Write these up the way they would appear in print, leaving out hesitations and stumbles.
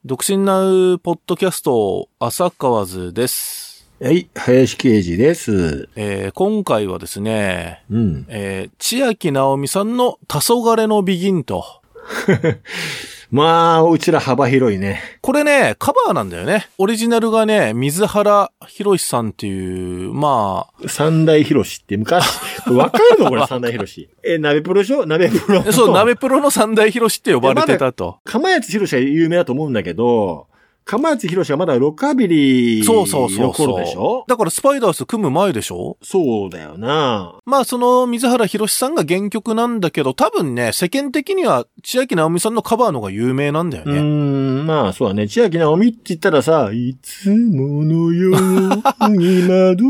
独身なうポッドキャスト、浅川津です。 はい、林圭司です。 今回はですね、千秋直美さんの黄昏のビギンと。 まあ、うちら幅広いね。 これね、カバーなんだよね。オリジナルがね、水原博さんっていう、まあ。 三大博士って昔、わかるのこれ三大博士。鍋プロでしょ鍋プロ。 そう、鍋プロの三大博士って呼ばれてたと。 釜谷博士は有名だと思うんだけど、釜谷博士はまだロカビリーの頃でしょ。 だからスパイダース組む前でしょ。 そうだよな。 まあその水原博さんが原曲なんだけど、多分ね、世間的には千秋直美さんのカバーのが有名なんだよね。 まあそうだね。千秋直美って言ったらさ、いつものように窓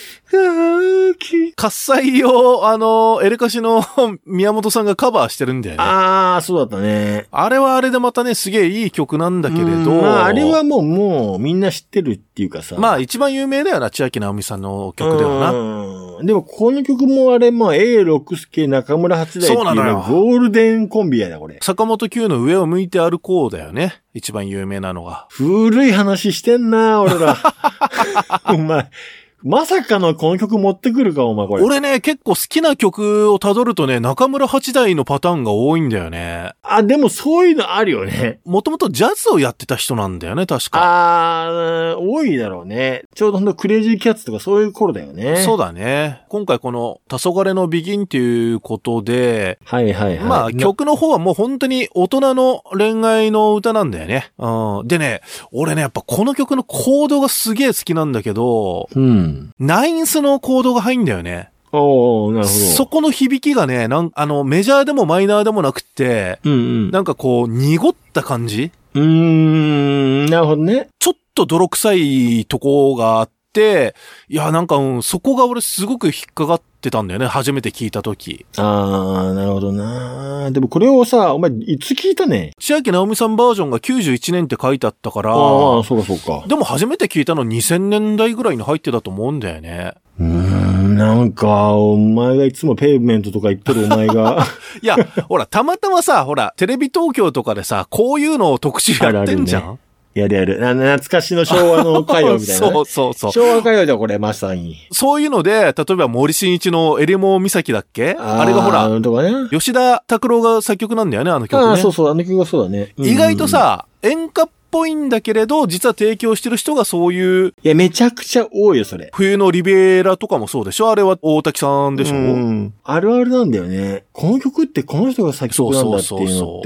喝采をエレカシの宮本さんがカバーしてるんだよね。 ああ、そうだったね。 あれはあれでまたね、すげえいい曲なんだけれど。 まああれはもうみんな知ってるっていうかさ。 まあ一番有名だよな、千秋直美さんの曲ではな。 でもこの曲もあれ、まあ A 六輔中村八大っていうのゴールデンコンビやな、これ。 坂本九の上を向いて歩こうだよね。一番有名なのが。 古い話してんな、俺ら。お前。まさかのこの曲持ってくるか、お前これ。 俺ね、結構好きな曲を辿るとね、中村八大のパターンが多いんだよね。 あ、でもそういうのあるよね。 もともとジャズをやってた人なんだよね、確か。多いだろうね。ちょうどほんとクレイジーキャッツとかそういう頃だよね。 そうだね。今回この黄昏のビギンっていうことで、 はいはいはい。 まあ曲の方はもう本当に大人の恋愛の歌なんだよね。でね、俺ね、やっぱこの曲のコードがすげえ好きなんだけど、ナインスのコードが入んだよね。 おー、なるほど。 そこの響きがね、メジャーでもマイナーでもなくて、なんかこう、濁った感じ？ なるほどね。 ちょっと泥臭いとこがあって、いや、なんか、そこが俺すごく引っかかってたんだよね、初めて聞いたとき。 なるほどな。でもこれをさ、お前、いつ聞いたね？ 千秋直美さんバージョンが91年って書いてあったから。 ああ、そうかそうか。 でも初めて聞いたの2000年代ぐらいに入ってたと思うんだよね。 なんか、お前がいつもペーブメントとか言ってるお前が。 いや、ほら、たまたまさ、テレビ東京とかでさ、こういうのを特集やってんじゃん。 やる。懐かしの昭和の歌謡みたいな、ね。 そう。 昭和歌謡だよ、これ、まさに。 そういうので、例えば森進一のエリモ岬だっけ？あれがほら、 ね、 吉田拓郎が作曲なんだよね、あの曲ね。 そう、あの曲がそうだね。 意外とさ、演歌っぽいんだけれど、実は提供してる人がそういう。 いや、めちゃくちゃ多いよ、それ。 冬のリベラとかもそうでしょ？あれは大滝さんでしょ？ あるあるなんだよね。この曲ってこの人が作曲なんだっていうのって。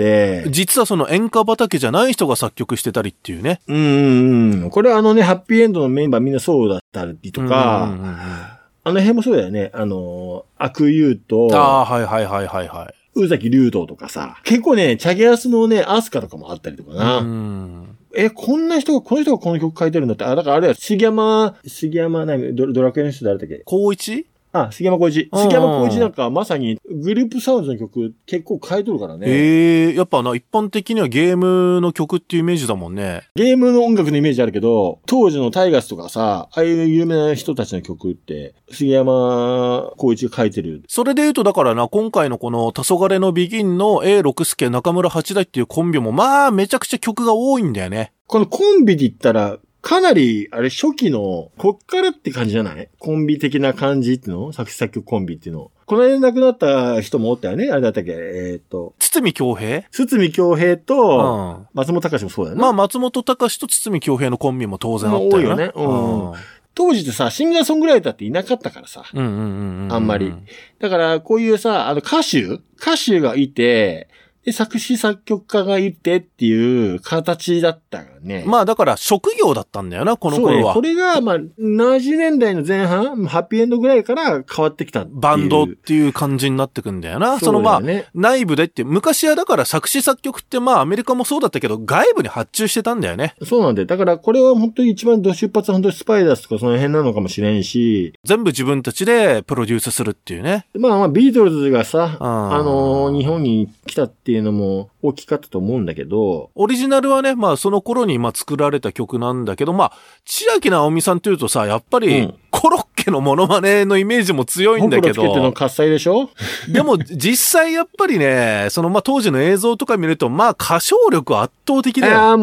実はその演歌畑じゃない人が作曲してたりっていうね。 これはハッピーエンドのメンバーみんなそうだったりとか、あの辺もそうだよね。悪友と。 はい。 宇崎竜斗とかさ。結構ね、チャゲアスのね、アスカとかもあったりとかな。この人がこの曲書いてるんだって。だからあれは、杉山ドラクエの人誰だっけ？ 光一？ 杉山浩一。杉山浩一なんかまさにグループサウンドの曲結構書いとるからね。 やっぱ一般的にはゲームの曲っていうイメージだもんね。 ゲームの音楽のイメージあるけど、当時のタイガースとかさ、ああいう有名な人たちの曲って、杉山浩一が書いてる。 それで言うとだからな、今回のこの黄昏のビギンの A 六輔中村八大っていうコンビもまあめちゃくちゃ曲が多いんだよね。 このコンビで言ったら、かなり、初期の、こっからって感じじゃない？コンビ的な感じっていうの？作詞作曲コンビっていうの。この辺亡くなった人もおったよね？あれだったっけ？ 堤恭平と、松本隆もそうだよね。 まあ、松本隆と堤恭平のコンビも当然あったよね。 多いよね。当時ってさ、シンガーソングライターっていなかったからさ。あんまり。だから、こういうさ、歌手がいて、で、作詞作曲家がいてっていう形だったからね。 まあだから職業だったんだよな、この頃は。そうね。 これが、まあ、70年代の前半、ハッピーエンドぐらいから変わってきたっていう。 バンドっていう感じになってくんだよな。そのまあ、内部でって、昔はだから作詞作曲ってまあアメリカもそうだったけど、外部に発注してたんだよね。 そうなんだよ。だからこれは本当に一番出発は本当にスパイダースとかその辺なのかもしれんし。 全部自分たちでプロデュースするっていうね。 まあビートルズがさ、日本に来たっていうのも大きかったと思うんだけど。 オリジナルはね、まあその頃に作られた曲なんだけど、まあ、千秋直美さんというとさ、やっぱり、コロッケのモノマネのイメージも強いんだけど。 コロッケっての喝采でしょ？ でも実際やっぱりね、当時の映像とか見ると、まあ歌唱力は圧倒的だよ。 もう圧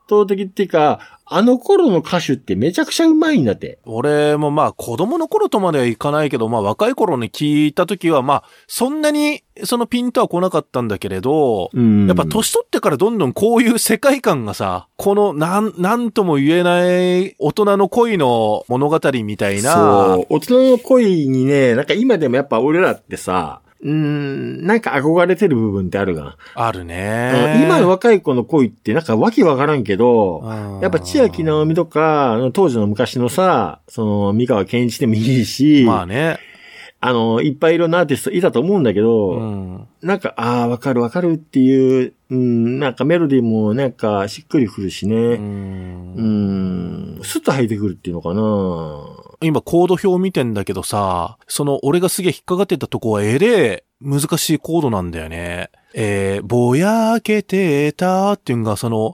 倒的っていうか、あの頃の歌手ってめちゃくちゃうまいんだって。 俺もまあ子供の頃とまではいかないけど、まあ若い頃に聞いた時はまあそんなにそのピンとは来なかったんだけれど、やっぱ年取ってからどんどんこういう世界観がさ、このなんとも言えない大人の恋の物語みたいな。 そう、大人の恋にね、なんか今でもやっぱ俺らってさ、なんか憧れてる部分ってあるが。 あるね。 今の若い子の恋ってなんかわけわからんけど、やっぱ千秋直美とか、当時の昔のさ、三河健一でもいいし、 まあね。 いっぱいいろんなアーティストいたと思うんだけど、なんか、わかるっていう、なんかメロディーもなんかしっくりくるしね。スッと入ってくるっていうのかな。 今コード表見てんだけどさ、俺がすげえ引っかかってたとこは難しいコードなんだよね。ぼやけてたっていうのが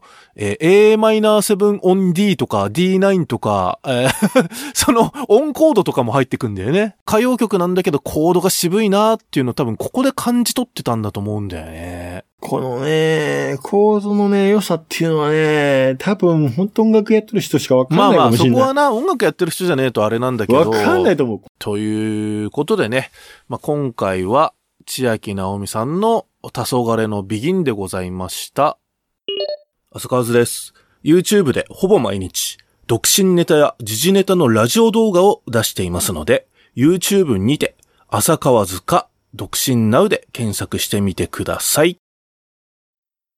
Am7 on D とか D9 とか、オンコードとかも入ってくんだよね。歌謡曲なんだけどコードが渋いなっていうのを多分ここで感じ取ってたんだと思うんだよね。 このね、コードのね、良さっていうのはね、多分本当音楽やってる人しかわかんないかもしれない。 そこはな、音楽やってる人じゃねえとあれなんだけど。 わかんないと思う。 ということでね、今回は千秋直美さんの黄昏のビギンでございました。浅川津です。YouTube でほぼ毎日、独身ネタや時事ネタのラジオ動画を出していますので、YouTube にて、浅川津か独身ナウで検索してみてください。